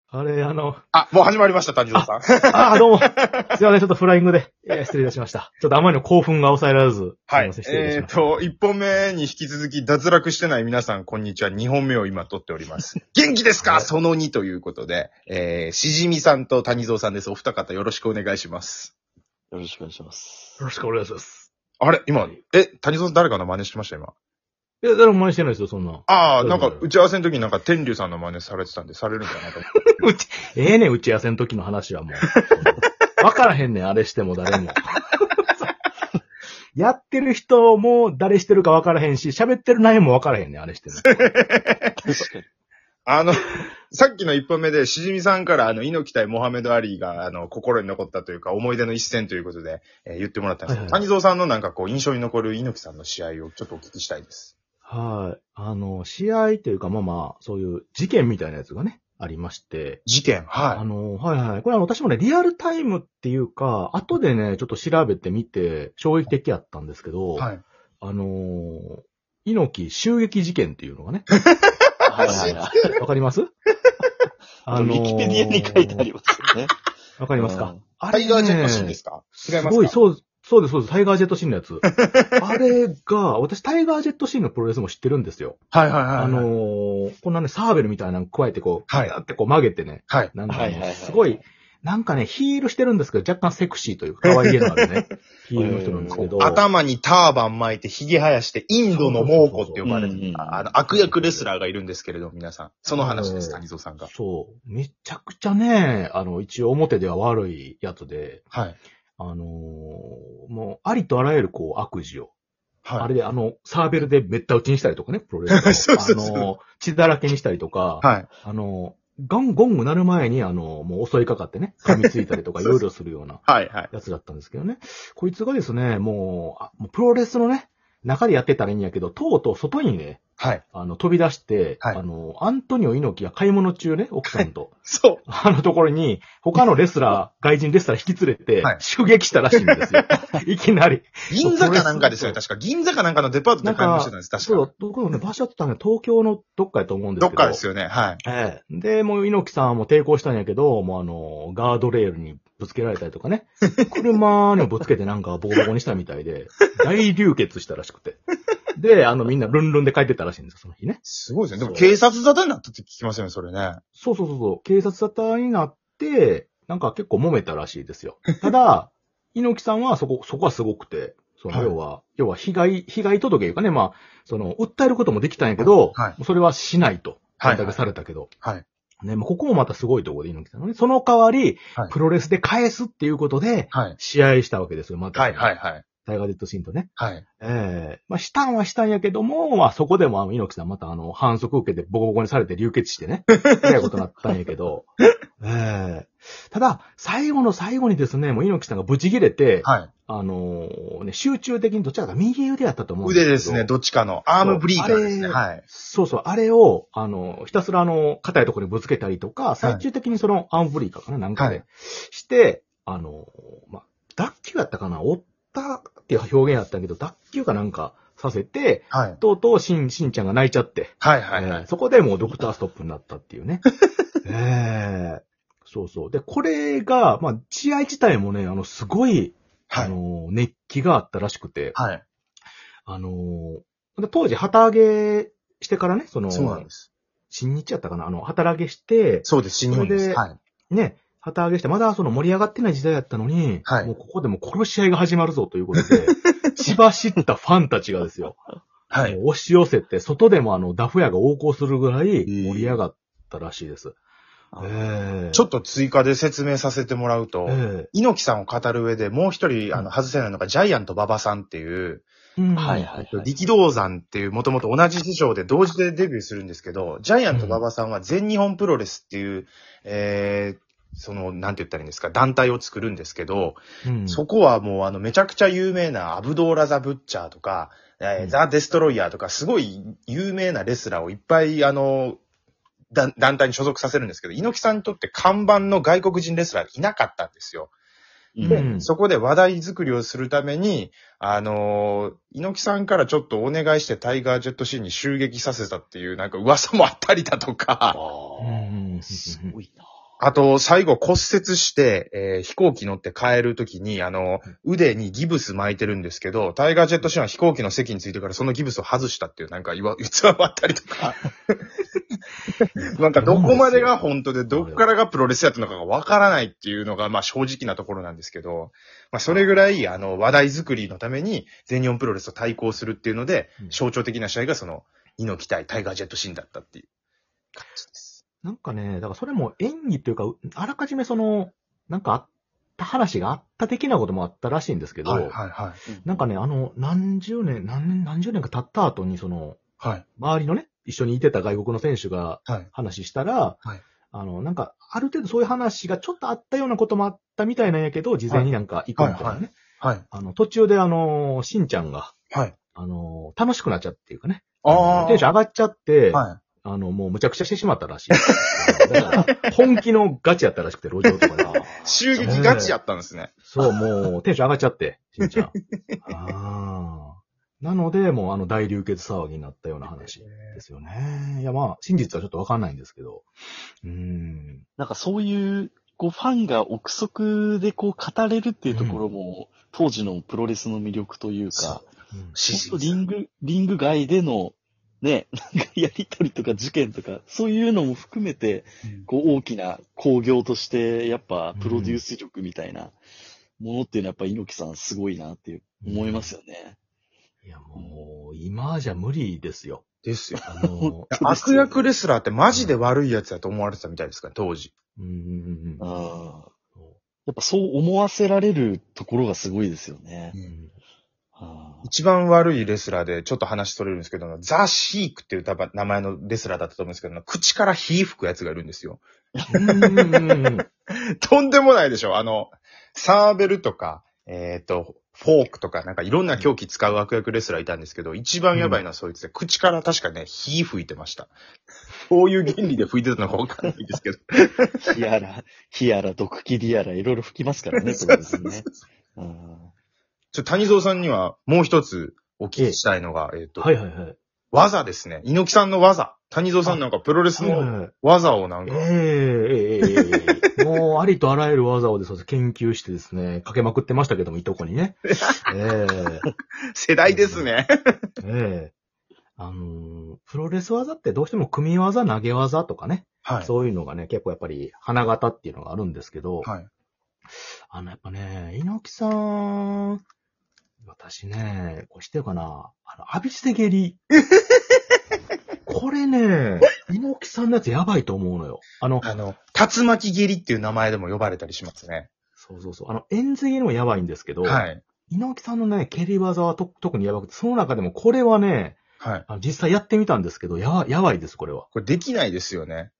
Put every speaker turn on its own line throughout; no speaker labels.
あれ、
もう始まりました、谷蔵さん。
どうも。すいません、ちょっとフライングで、失礼いたしました。ちょっとあまりの興奮が抑えられず、
はい。
すいません、失礼いたしました。
1本目に引き続き脱落してない皆さん、こんにちは。2本目を今撮っております。元気ですかその2ということで、しじみさんと谷蔵さんです。お二方よろしくお願いします。
よろしくお願いします。
よろしくお願いします。
あれ今、谷蔵さん誰かの真似してました今。
いや、誰も真似してないですよ、そんな。
なんか、打ち合わせの時になんか、天竜さんの真似されてたんで、されるんかなと思って。
打ち合わせの時の話はもう。わからへんねん、あれしても誰も。やってる人も誰してるかわからへんし、喋ってる内容もわからへんねん、あれしても。
確かに。
さっきの1本目で、しじみさんから猪木対モハメド・アリーが、心に残ったというか、思い出の一戦ということで、言ってもらったんですけど、谷蔵さんのなんかこう、印象に残る猪木さんの試合をちょっとお聞きしたいです。
はい。試合というか、そういう事件みたいなやつがね、ありまして。
事件はい。
はい。これは私もね、リアルタイムっていうか、後でね、ちょっと調べてみて、衝撃的やったんですけど、
はい。
猪木襲撃事件っていうのがね。
はい。
わかります？
ウィキペディアに書いてありますよね。
わかりますか？
タイガージェットシーンですか？違いますか？
すごい、そうです、タイガージェットシーンのやつ。あれが、私タイガージェットシーンのプロレスも知ってるんですよ。
はい。
こんなね、サーベルみたいなの加えてこう、
はい。
ってこう曲げてね。
はい。
なんかすごい、なんかね、ヒールしてるんですけど、若干セクシーというか、可愛げのあるね、ヒールの人なんですけど。
頭にターバン巻いて、髭生やして、インドの猛虎って呼ばれてた、悪役レスラーがいるんですけれど、皆さん。その話です、谷蔵さんが。
そう。めちゃくちゃね、一応表では悪いやつで、
はい。
もう、ありとあらゆるこう、悪事を。
はい。
あれでサーベルでめった打ちにしたりとかね、プロレスを。
そう
血だらけにしたりとか、
はい。
ゴング鳴る前に、もう襲いかかってね、噛みついたりとかいろいろするような、やつだったんですけどね。こいつがですね、もうプロレスのね、中でやってたらいいんやけど、とうとう外にね、
はい。
飛び出して、
はい。
アントニオ猪木が買い物中ね、奥さんと。
そう。
ところに、他の外人レスラー引き連れて、
はい
襲撃したらしいんですよ。いきなり。
銀座かなんかですよね、確か。銀座かなんかのデパートで買い物してたんです、確か。
そう、どこのね、場所だったね、東京のどっかやと思うんですけど。
どっかですよね、はい。
で、もう猪木さんも抵抗したんやけど、もうガードレールにぶつけられたりとかね。車にもぶつけてなんかボコボコにしたみたいで、大流血したらしくて。で、みんなルンルンで帰ってたらしいんですよ、その日ね。
すごいですね。でも警察沙汰になったって聞きますよね、それね。
そう。警察沙汰になって、なんか結構揉めたらしいですよ。ただ、猪木さんはそこはすごくて、要は被害届いうかね、訴えることもできたんやけど、それはしないと。選択されたけど。ね、ここもまたすごいところで猪木さんのね。その代わり、プロレスで返すっていうことで、試合したわけですよ、また。タイガー・ジェット・シーンとね。したんはしたんやけども、そこでも猪木さんまた反則受けてボコボコにされて流血してね。嫌いことになったんやけど。ただ、最後の最後にですね、もう猪木さんがブチ切れて、集中的にどっちかが右腕やったと思うんですけど。
腕ですね、どっちかの。アームブリーカーですね。
あれを、ひたすら硬いところにぶつけたりとか、最終的にそのアームブリーカーかな、なんかで、して、脱臼やったかな、折ったっていう表現やったけど、脱臼かなんかさせて、とうとうしんちゃんが泣いちゃって、そこでもうドクターストップになったっていうね。そう。で、これが、試合自体もね、すごい、熱気があったらしくて、当時、旗揚げしてからね、
そうなんです。
新日やったかな、旗揚げして、
そうです、新日です。
ね、旗揚げして、まだ盛り上がってない時代だったのに、もうここでも殺し合いが始まるぞということで、血走ったファンたちがですよ、押し寄せて、外でもダフ屋が横行するぐらい盛り上がったらしいです。
ちょっと追加で説明させてもらうと、猪木さんを語る上でもう一人外せないのがジャイアント馬場さんっていう、力道山っていうもともと同じ師匠で同時でデビューするんですけど、ジャイアント馬場さんは全日本プロレスっていう、なんて言ったらいいんですか、団体を作るんですけど、そこはもうめちゃくちゃ有名なアブドーラ・ザ・ブッチャーとか、ザ・デストロイヤーとか、すごい有名なレスラーをいっぱい団体に所属させるんですけど、猪木さんにとって看板の外国人レスラーいなかったんですよ。で、そこで話題作りをするために、猪木さんからちょっとお願いしてタイガー・ジェット・シーンに襲撃させたっていうなんか噂もあったりだとか。
すごいな。
あと、最後骨折して、飛行機乗って帰るときに、腕にギブス巻いてるんですけど、タイガー・ジェット・シンは飛行機の席についてからそのギブスを外したっていうなんか逸話もあったりとか。なんかどこまでが本当で、どこからがプロレスやったのかがわからないっていうのが、まあ正直なところなんですけど、まあそれぐらい、話題作りのために全日本プロレスと対抗するっていうので、象徴的な試合が猪木対タイガー・ジェット・シンだったっていう感じです。
なんかね、だからそれも演技っていうか、あらかじめなんかあった話があった的なこともあったらしいんですけど、
はいはいはい。
なんかね、何十年か経った後に
はい。
周りのね、一緒にいてた外国の選手が話したら、
はい。
なんか、ある程度そういう話がちょっとあったようなこともあったみたいなんやけど、事前になんか行くみたいなね。
はい。
途中でしんちゃんが、
はい。
楽しくなっちゃっていうかね。
ああ。
テンション上がっちゃって、
はい。
もうむちゃくちゃしてしまったらしい。だから、本気のガチやったらしくて、路上とかで。
襲撃ガチやったんですね。
そう、もう、テンション上がっちゃって、しんちゃん。なので、もう大流血騒ぎになったような話ですよね。いや、まあ、真実はちょっとわかんないんですけど。
なんかそういう、ファンが憶測で語れるっていうところも、当時のプロレスの魅力というか、本当リング外での、ね、なんかやりとりとか事件とか、そういうのも含めて、大きな興行として、やっぱプロデュース力みたいなものっていうのはやっぱ猪木さんすごいなって思いますよね。
いやもう、今じゃ無理ですよ。
ですよ。悪役レスラーってマジで悪いやつだと思われてたみたいですから、当時。
やっぱそう思わせられるところがすごいですよね。
一番悪いレスラーでちょっと話取れるんですけど、ザ・シークっていう名前のレスラーだったと思うんですけど、口から火吹くやつがいるんですよ。とんでもないでしょ。サーベルとか、フォークとか、なんかいろんな凶器使う悪役レスラーいたんですけど、一番やばいのはそいつで、口から確かね、火吹いてました。こういう原理で吹いてたのかわかんないんですけど。
火やら、毒切りやら、いろいろ吹きますからね、そうですね。
谷蔵さんにはもう一つお聞きしたいのが、
はいはいはい。
技ですね。猪木さんの技。谷蔵さんなんかプロレスの技をなんか。
もうありとあらゆる技をですね、研究してですね、かけまくってましたけども、いとこにね。
世代ですね。
プロレス技ってどうしても組み技、投げ技とかね。
はい。
そういうのがね、結構やっぱり花形っていうのがあるんですけど。
はい。
やっぱね、猪木さん、私ね、こうしてるかな、浴びせ蹴り。これね、猪木さんのやつやばいと思うのよ。
竜巻蹴りっていう名前でも呼ばれたりしますね。
そうそうそう。円髄蹴りもやばいんですけど、
はい。
猪木さんのね、蹴り技は特にやばくて、その中でもこれはね、
はい。
実際やってみたんですけど、やばいです、これは。
これできないですよね。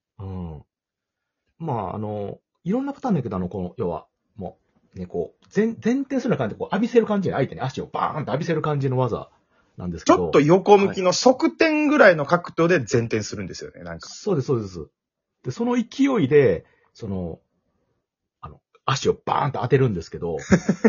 まあ、いろんなパターンだけど、要は、もう、ね、前転するような感じで、浴びせる感じで相手に足をバーンと浴びせる感じの技なんですけど。
ちょっと横向きの側転ぐらいの角度で前転するんですよね、なんか。
そうです、そうです。で、その勢いで、足をバーンと当てるんですけど、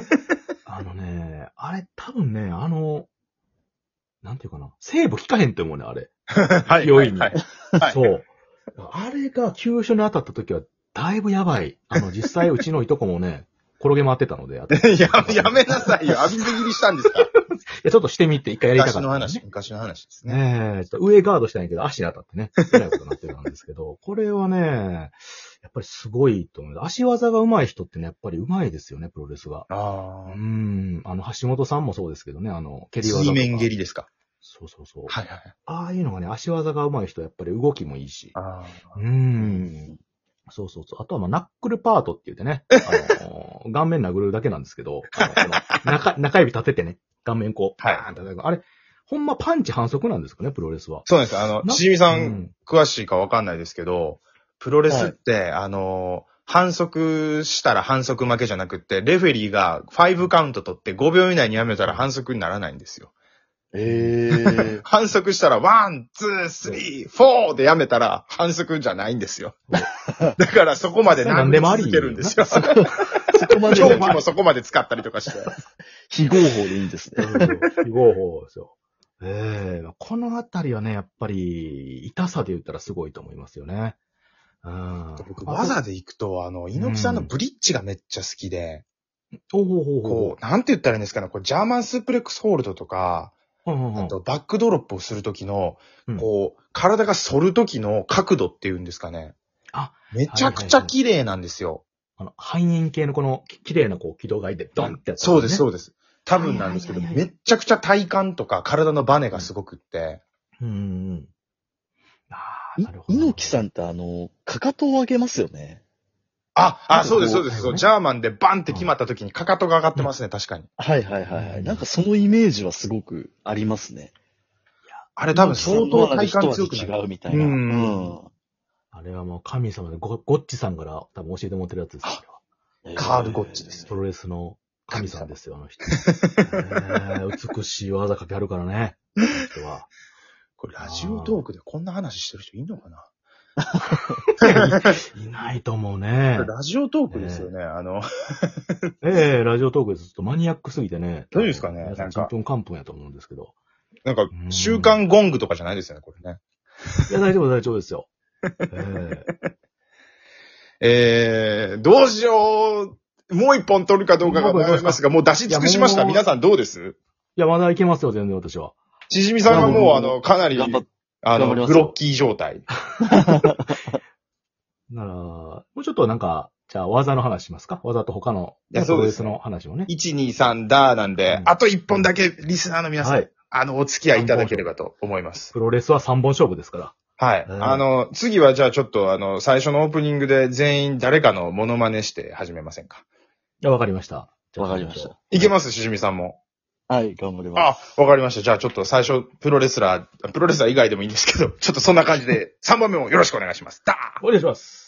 あれ多分ね、なんていうかな、セーブ効かへんって思うね、あれ。
はい。
勢いに。
はい。
そう。あれが急所に当たった時は、だいぶやばい。実際うちのいとこもね、転げ回ってたので。
やめなさいよ。浴びせ切りしたんですか？
いや、ちょっとしてみて一回やりたかった、ね。
昔の話ですね。
上ガードしたんやけど、足に当たってね、えらいことになってたんですけど、これはね、やっぱりすごいと思う。足技が上手い人ってね、やっぱり上手いですよね、プロレスが。橋本さんもそうですけどね、蹴り技とか。
水面蹴りですか？
そうそうそう。
はいはい。
ああいうのがね、足技が上手い人はやっぱり動きもいいし。そうそうそう。あとはナックルパートって言ってね、顔面殴るだけなんですけど、中指立ててね、顔面バーン叩く。あれ、ほんまパンチ反則なんですかね、プロレスは。
そうなんです。しじみさん、詳しいかわかんないですけど、プロレスって、反則したら反則負けじゃなくって、レフェリーが5カウント取って5秒以内にやめたら反則にならないんですよ。反則したら、1、2、3、4でやめたら反則じゃないんですよ。だからそこまで何でも続けるんですよ。そこまで。狂気もそこまで使ったりとかして。
非合法でいいんですね。
非合法ですよ。このあたりはね、やっぱり、痛さで言ったらすごいと思いますよね。
僕、技で行くと、猪木さんのブリッジがめっちゃ好きで、こう、なんて言ったらいいんですかね、こう、ジャーマンスープレックスホールドとか、あと、バックドロップをするときの、こう、体が反るときの角度っていうんですかね。めちゃくちゃ綺麗なんですよ。
半円形のこの綺麗なこう軌道がいてドンってやつ、
そうです、そうです。多分なんですけど、めっちゃくちゃ体幹とか体のバネがすごくって。
なるほど。猪木さんってかかとを上げますよね。
そうです、そうです。そう、ジャーマンでバンって決まった時にかかとが上がってますね、確かに。
はいはいはい。なんかそのイメージはすごくありますね。
あれ多分相当体幹強く
違うみたいな。
あれはもう神様でゴッチさんから多分教えてもらってるやつです
よ。カール・ゴッチです。
プロレスの神さんですよ、あの人。美しい技かけあるからね。人は。
これラジオトークでこんな話してる人いんのかな？
いないと思うね。
ラジオトークですよね、
ラジオトークです。ちょっとマニアックすぎてね。
どうですかね？
なんか。ちんぷんかんぷんやと思うんですけど。
なんか、週刊ゴングとかじゃないですよね、これね。
いや、大丈夫ですよ。
どうしよう。もう一本取るかどうかが迷いますが、もう出し尽くしました。皆さんどうです？
いや、まだいけますよ、全然私は。
しじみさんはもう、かなり、グロッキー状態。
なら、もうちょっとなんか、じゃあ技の話しますか？技と他の、
プロレ
スの話もね。
1、2、3だーなんで、あと1本だけリスナーの皆さん、お付き合いいただければと思います。
プロレスは3本勝負ですから。
はい。次はじゃあちょっと最初のオープニングで全員誰かのモノマネして始めませんか？
いや、わかりました。
わかりました。
いけます？しじみさんも。
はい、頑張ります。
わかりました。じゃあちょっと最初、プロレスラー以外でもいいんですけど、ちょっとそんな感じで3番目もよろしくお願いします。
お願いします。